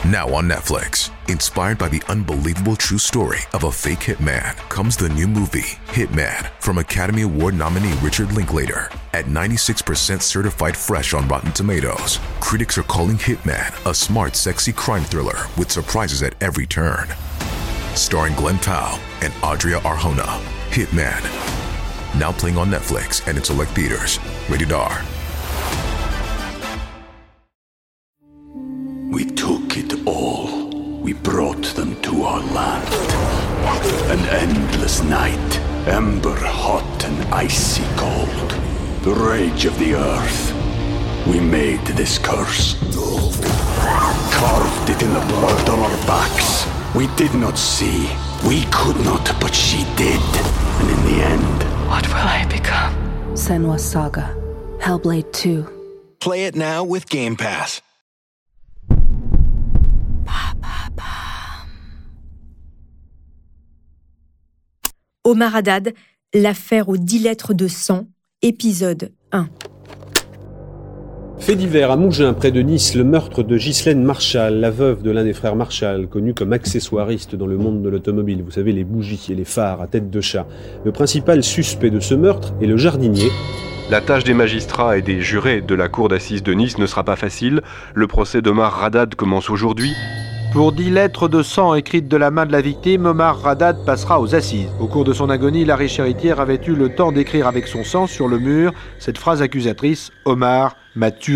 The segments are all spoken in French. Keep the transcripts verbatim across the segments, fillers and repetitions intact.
Now on Netflix, inspired by the unbelievable true story of a fake hitman, comes the new movie, Hitman, from Academy Award nominee Richard Linklater. At ninety-six percent certified fresh on Rotten Tomatoes, critics are calling Hitman a smart, sexy crime thriller with surprises at every turn. Starring Glenn Powell and Adria Arjona, Hitman. Now playing on Netflix and in select theaters. Rated R. We took it all. We brought them to our land. An endless night, ember hot and icy cold. The rage of the earth. We made this curse. Carved it in the blood on our backs. We did not see. We could not, but she did. And in the end... What will I become? Senua's Saga. Hellblade two. Play it now with Game Pass. Omar Haddad, l'affaire aux dix lettres de sang, épisode un. Fait divers à Mougins, près de Nice, le meurtre de Ghislaine Marchal, la veuve de l'un des frères Marchal, connu comme accessoiriste dans le monde de l'automobile. Vous savez, les bougies et les phares à tête de chat. Le principal suspect de ce meurtre est le jardinier. La tâche des magistrats et des jurés de la cour d'assises de Nice ne sera pas facile. Le procès d'Omar Haddad commence aujourd'hui. Pour dix lettres de sang écrites de la main de la victime, Omar Haddad passera aux assises. Au cours de son agonie, la riche héritière avait eu le temps d'écrire avec son sang sur le mur cette phrase accusatrice « Omar m'a tué ».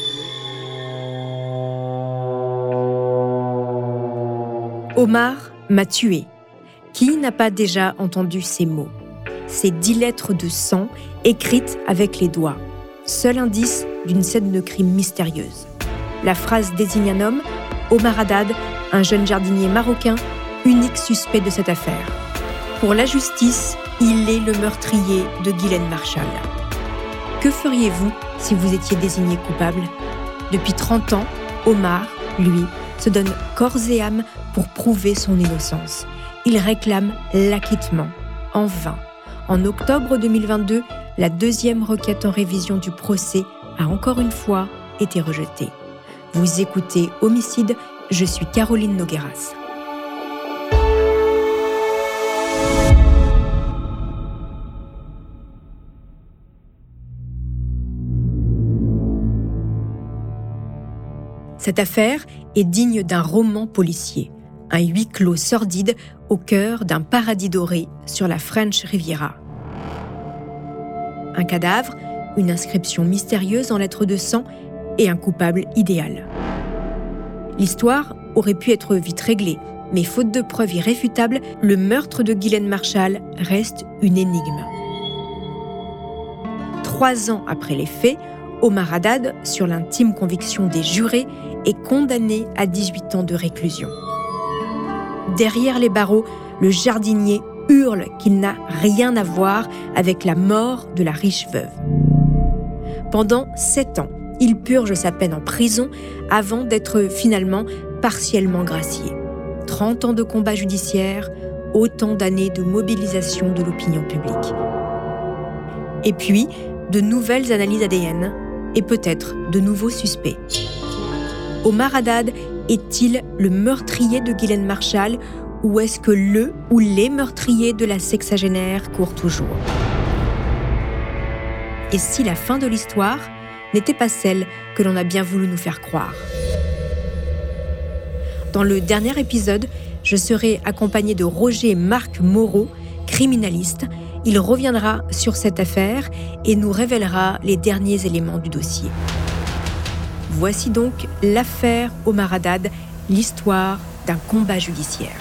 Omar m'a tué. Qui n'a pas déjà entendu ces mots ? Ces dix lettres de sang écrites avec les doigts. Seul indice d'une scène de crime mystérieuse. La phrase désigne un homme, Omar Haddad, un jeune jardinier marocain, unique suspect de cette affaire. Pour la justice, il est le meurtrier de Ghislaine Marchal. Que feriez-vous si vous étiez désigné coupable ? Depuis trente ans, Omar, lui, se donne corps et âme pour prouver son innocence. Il réclame l'acquittement, en vain. En octobre deux mille vingt-deux, la deuxième requête en révision du procès a encore une fois été rejetée. Vous écoutez Homicide, je suis Caroline Nogueras. Cette affaire est digne d'un roman policier, un huis clos sordide au cœur d'un paradis doré sur la French Riviera. Un cadavre, une inscription mystérieuse en lettres de sang et un coupable idéal. L'histoire aurait pu être vite réglée, mais faute de preuves irréfutables, le meurtre de Ghislaine Marchal reste une énigme. Trois ans après les faits, Omar Haddad, sur l'intime conviction des jurés, est condamné à dix-huit ans de réclusion. Derrière les barreaux, le jardinier hurle qu'il n'a rien à voir avec la mort de la riche veuve. Pendant sept ans, il purge sa peine en prison avant d'être finalement partiellement gracié. trente ans de combat judiciaire, autant d'années de mobilisation de l'opinion publique. Et puis, de nouvelles analyses A D N et peut-être de nouveaux suspects. Omar Haddad est-il le meurtrier de Ghislaine Marchal ou est-ce que le ou les meurtriers de la sexagénaire courent toujours ? Et si la fin de l'histoire n'était pas celle que l'on a bien voulu nous faire croire ? Dans le dernier épisode, je serai accompagnée de Roger Marc Moreau, criminaliste. Il reviendra sur cette affaire et nous révélera les derniers éléments du dossier. Voici donc l'affaire Omar Haddad, l'histoire d'un combat judiciaire.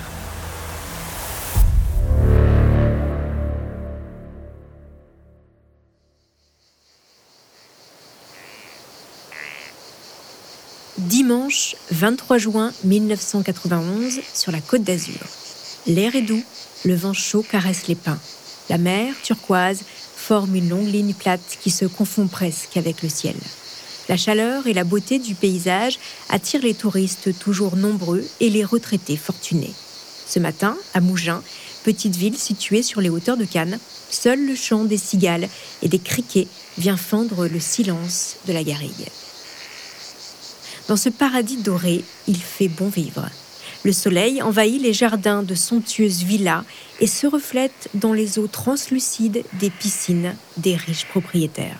Dimanche vingt-trois juin mille neuf cent quatre-vingt-onze, sur la Côte d'Azur. L'air est doux, le vent chaud caresse les pins. La mer, turquoise, forme une longue ligne plate qui se confond presque avec le ciel. La chaleur et la beauté du paysage attirent les touristes toujours nombreux et les retraités fortunés. Ce matin, à Mougins, petite ville située sur les hauteurs de Cannes, seul le chant des cigales et des criquets vient fendre le silence de la garrigue. Dans ce paradis doré, il fait bon vivre. Le soleil envahit les jardins de somptueuses villas et se reflète dans les eaux translucides des piscines des riches propriétaires.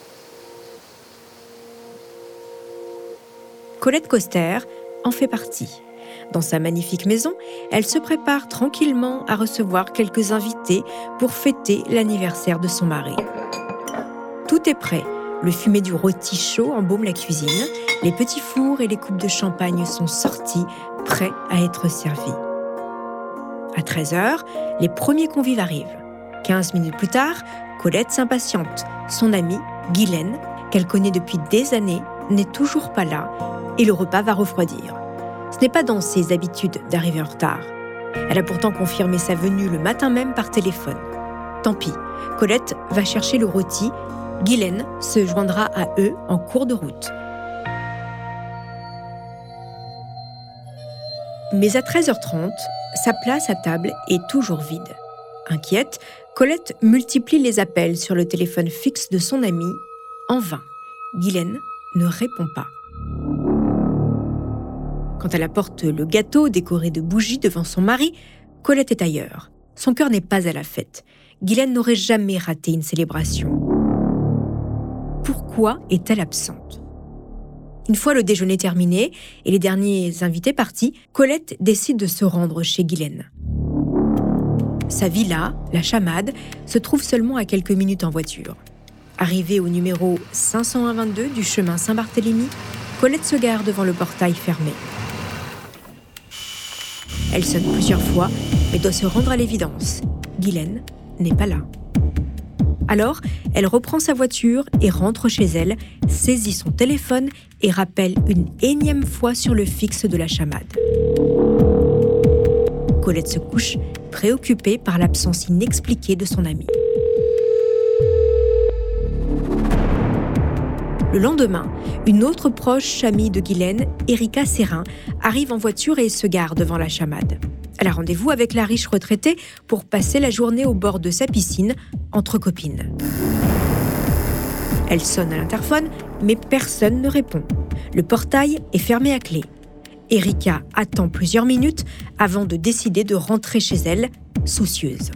Colette Coster en fait partie. Dans sa magnifique maison, elle se prépare tranquillement à recevoir quelques invités pour fêter l'anniversaire de son mari. Tout est prêt. Le fumet du rôti chaud embaume la cuisine. Les petits fours et les coupes de champagne sont sortis, prêts à être servis. À treize heures, les premiers convives arrivent. quinze minutes plus tard, Colette s'impatiente. Son amie, Guylaine, qu'elle connaît depuis des années, n'est toujours pas là et le repas va refroidir. Ce n'est pas dans ses habitudes d'arriver en retard. Elle a pourtant confirmé sa venue le matin même par téléphone. Tant pis, Colette va chercher le rôti. Guylaine se joindra à eux en cours de route. Mais à treize heures trente, sa place à table est toujours vide. Inquiète, Colette multiplie les appels sur le téléphone fixe de son amie. En vain, Guylaine ne répond pas. Quand elle apporte le gâteau décoré de bougies devant son mari, Colette est ailleurs. Son cœur n'est pas à la fête. Guylaine n'aurait jamais raté une célébration. Pourquoi est-elle absente ? Une fois le déjeuner terminé et les derniers invités partis, Colette décide de se rendre chez Guylaine. Sa villa, la Chamade, se trouve seulement à quelques minutes en voiture. Arrivée au numéro cinq cent un vingt-deux du chemin Saint-Barthélemy, Colette se gare devant le portail fermé. Elle sonne plusieurs fois, mais doit se rendre à l'évidence. Guylaine n'est pas là. Alors, elle reprend sa voiture et rentre chez elle, saisit son téléphone et rappelle une énième fois sur le fixe de la Chamade. Colette se couche, préoccupée par l'absence inexpliquée de son amie. Le lendemain, une autre proche amie de Guylaine, Erika Serrin, arrive en voiture et se gare devant la Chamade. Elle a rendez-vous avec la riche retraitée pour passer la journée au bord de sa piscine, entre copines. Elle sonne à l'interphone, mais personne ne répond. Le portail est fermé à clé. Erika attend plusieurs minutes avant de décider de rentrer chez elle, soucieuse.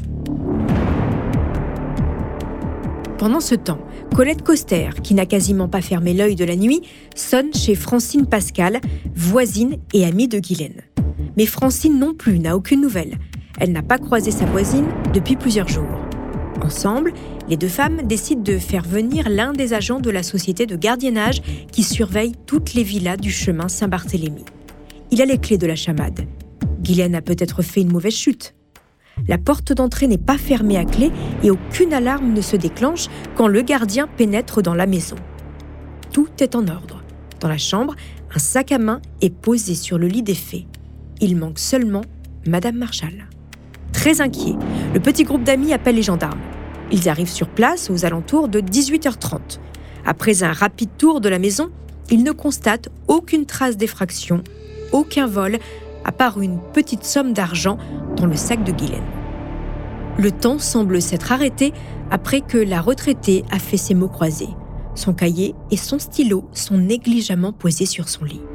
Pendant ce temps, Colette Coster, qui n'a quasiment pas fermé l'œil de la nuit, sonne chez Francine Pascal, voisine et amie de Guylaine. Mais Francine non plus n'a aucune nouvelle. Elle n'a pas croisé sa voisine depuis plusieurs jours. Ensemble, les deux femmes décident de faire venir l'un des agents de la société de gardiennage qui surveille toutes les villas du chemin Saint-Barthélemy. Il a les clés de la Chamade. Guylaine a peut-être fait une mauvaise chute. La porte d'entrée n'est pas fermée à clé et aucune alarme ne se déclenche quand le gardien pénètre dans la maison. Tout est en ordre. Dans la chambre, un sac à main est posé sur le lit des faits. Il manque seulement Madame Marchal. Très inquiet, le petit groupe d'amis appelle les gendarmes. Ils arrivent sur place aux alentours de dix-huit heures trente. Après un rapide tour de la maison, ils ne constatent aucune trace d'effraction, aucun vol, à part une petite somme d'argent dans le sac de Guylaine. Le temps semble s'être arrêté après que la retraitée a fait ses mots croisés. Son cahier et son stylo sont négligemment posés sur son lit.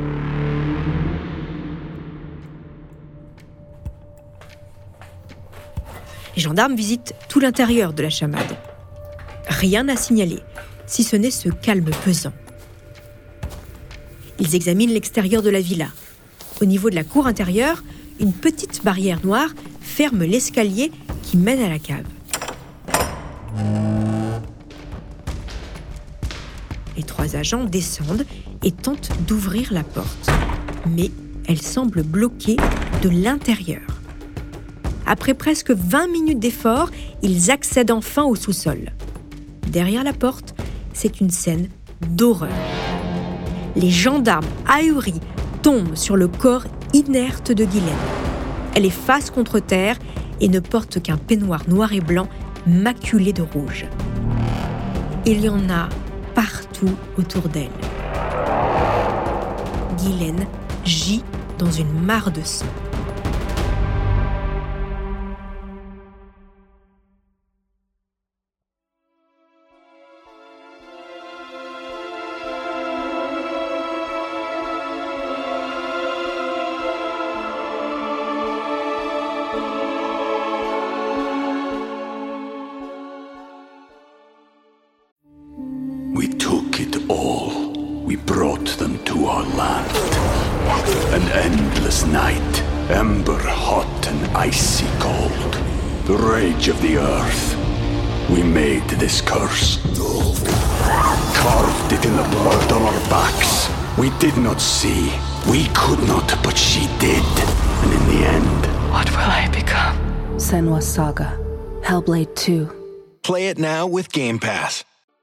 Les gendarmes visitent tout l'intérieur de la Chamade. Rien à signaler, si ce n'est ce calme pesant. Ils examinent l'extérieur de la villa. Au niveau de la cour intérieure, une petite barrière noire ferme l'escalier qui mène à la cave. Les trois agents descendent et tentent d'ouvrir la porte. Mais elle semble bloquée de l'intérieur. Après presque vingt minutes d'effort, ils accèdent enfin au sous-sol. Derrière la porte, c'est une scène d'horreur. Les gendarmes ahuris tombent sur le corps inerte de Guylaine. Elle est face contre terre et ne porte qu'un peignoir noir et blanc maculé de rouge. Il y en a partout autour d'elle. Guylaine gît dans une mare de sang. to our land. An endless night, ember hot and icy cold. The rage of the earth. We made this curse. Carved it in the blood on our backs. We did not see. We could not, but she did. And in the end... What will I become? Senua's Saga. Hellblade two. Play it now with Game Pass.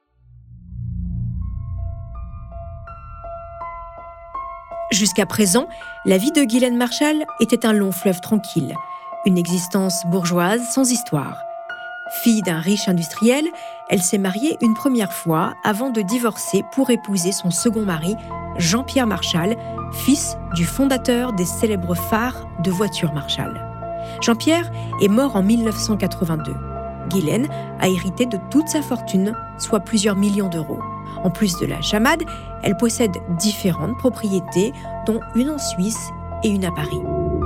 Jusqu'à présent, la vie de Ghislaine Marshall était un long fleuve tranquille, une existence bourgeoise sans histoire. Fille d'un riche industriel, elle s'est mariée une première fois avant de divorcer pour épouser son second mari, Jean-Pierre Marshall, fils du fondateur des célèbres phares de voitures Marshall. Jean-Pierre est mort en dix-neuf cent quatre-vingt-deux. Ghislaine a hérité de toute sa fortune, soit plusieurs millions d'euros. En plus de la chamade, elle possède différentes propriétés, dont une en Suisse et une à Paris.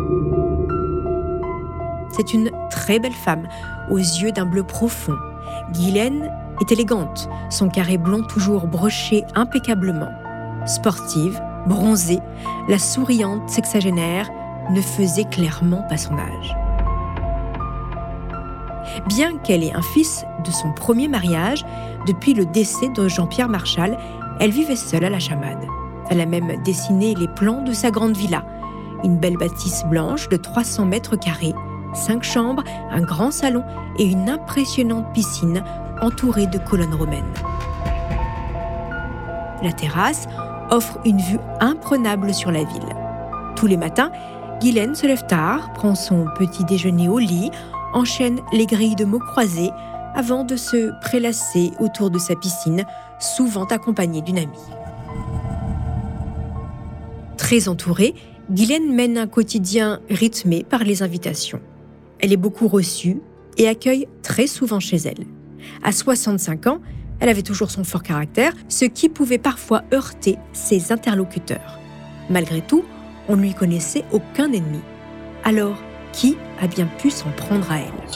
C'est une très belle femme, aux yeux d'un bleu profond. Ghislaine est élégante, son carré blond toujours broché impeccablement. Sportive, bronzée, la souriante sexagénaire ne faisait clairement pas son âge. Bien qu'elle ait un fils de son premier mariage, depuis le décès de Jean-Pierre Marshall, elle vivait seule à la chamade. Elle a même dessiné les plans de sa grande villa. Une belle bâtisse blanche de trois cents mètres carrés, cinq chambres, un grand salon et une impressionnante piscine entourée de colonnes romaines. La terrasse offre une vue imprenable sur la ville. Tous les matins, Ghislaine se lève tard, prend son petit déjeuner au lit, enchaîne les grilles de mots croisés avant de se prélasser autour de sa piscine, souvent accompagnée d'une amie. Très entourée, Ghislaine mène un quotidien rythmé par les invitations. Elle est beaucoup reçue et accueille très souvent chez elle. À soixante-cinq ans, elle avait toujours son fort caractère, ce qui pouvait parfois heurter ses interlocuteurs. Malgré tout, on ne lui connaissait aucun ennemi. Alors, qui a bien pu s'en prendre à elle?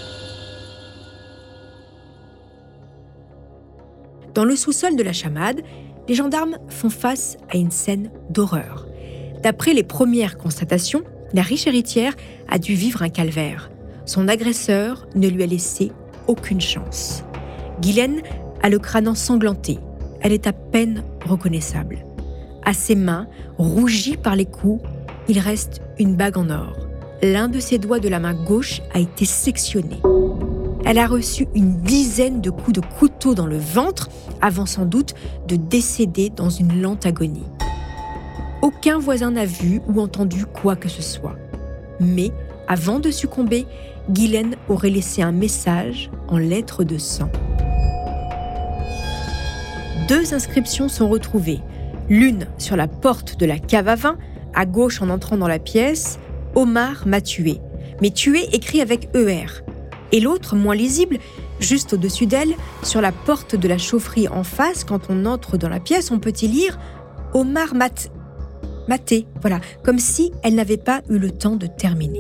Dans le sous-sol de la chamade, les gendarmes font face à une scène d'horreur. D'après les premières constatations, la riche héritière a dû vivre un calvaire. Son agresseur ne lui a laissé aucune chance. Ghislaine a le crâne ensanglanté. Elle est à peine reconnaissable. À ses mains, rougies par les coups, il reste une bague en or. L'un de ses doigts de la main gauche a été sectionné. Elle a reçu une dizaine de coups de couteau dans le ventre, avant sans doute de décéder dans une lente agonie. Aucun voisin n'a vu ou entendu quoi que ce soit. Mais, avant de succomber, Ghislaine aurait laissé un message en lettres de sang. Deux inscriptions sont retrouvées. L'une sur la porte de la cave à vin, à gauche en entrant dans la pièce, « Omar m'a tué », mais tué écrit avec E R. Et l'autre, moins lisible, juste au-dessus d'elle, sur la porte de la chaufferie en face, quand on entre dans la pièce, on peut y lire « Omar m'a t- maté », voilà, comme si elle n'avait pas eu le temps de terminer.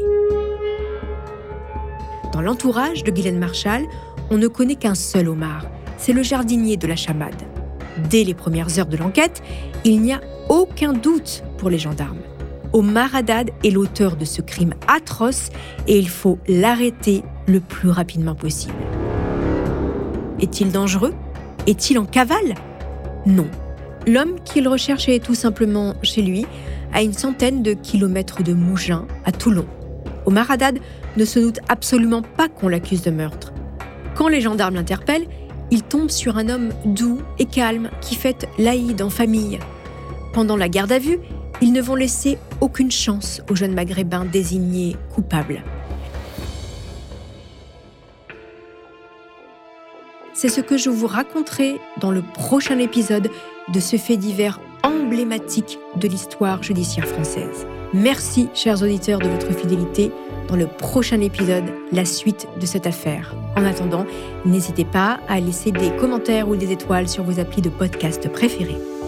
Dans l'entourage de Ghislaine Marshall, on ne connaît qu'un seul Omar, c'est le jardinier de la chamade. Dès les premières heures de l'enquête, il n'y a aucun doute pour les gendarmes. Omar Haddad est l'auteur de ce crime atroce et il faut l'arrêter le plus rapidement possible. Est-il dangereux ? Est-il en cavale ? Non. L'homme qu'il recherche est tout simplement chez lui, à une centaine de kilomètres de Mougins, à Toulon. Omar Haddad ne se doute absolument pas qu'on l'accuse de meurtre. Quand les gendarmes l'interpellent, il tombe sur un homme doux et calme qui fête l'Aïd en famille. Pendant la garde à vue, ils ne vont laisser aucune chance au jeune maghrébin désigné coupable. C'est ce que je vous raconterai dans le prochain épisode de ce fait divers emblématique de l'histoire judiciaire française. Merci, chers auditeurs, de votre fidélité. Dans le prochain épisode, la suite de cette affaire. En attendant, n'hésitez pas à laisser des commentaires ou des étoiles sur vos applis de podcast préférés.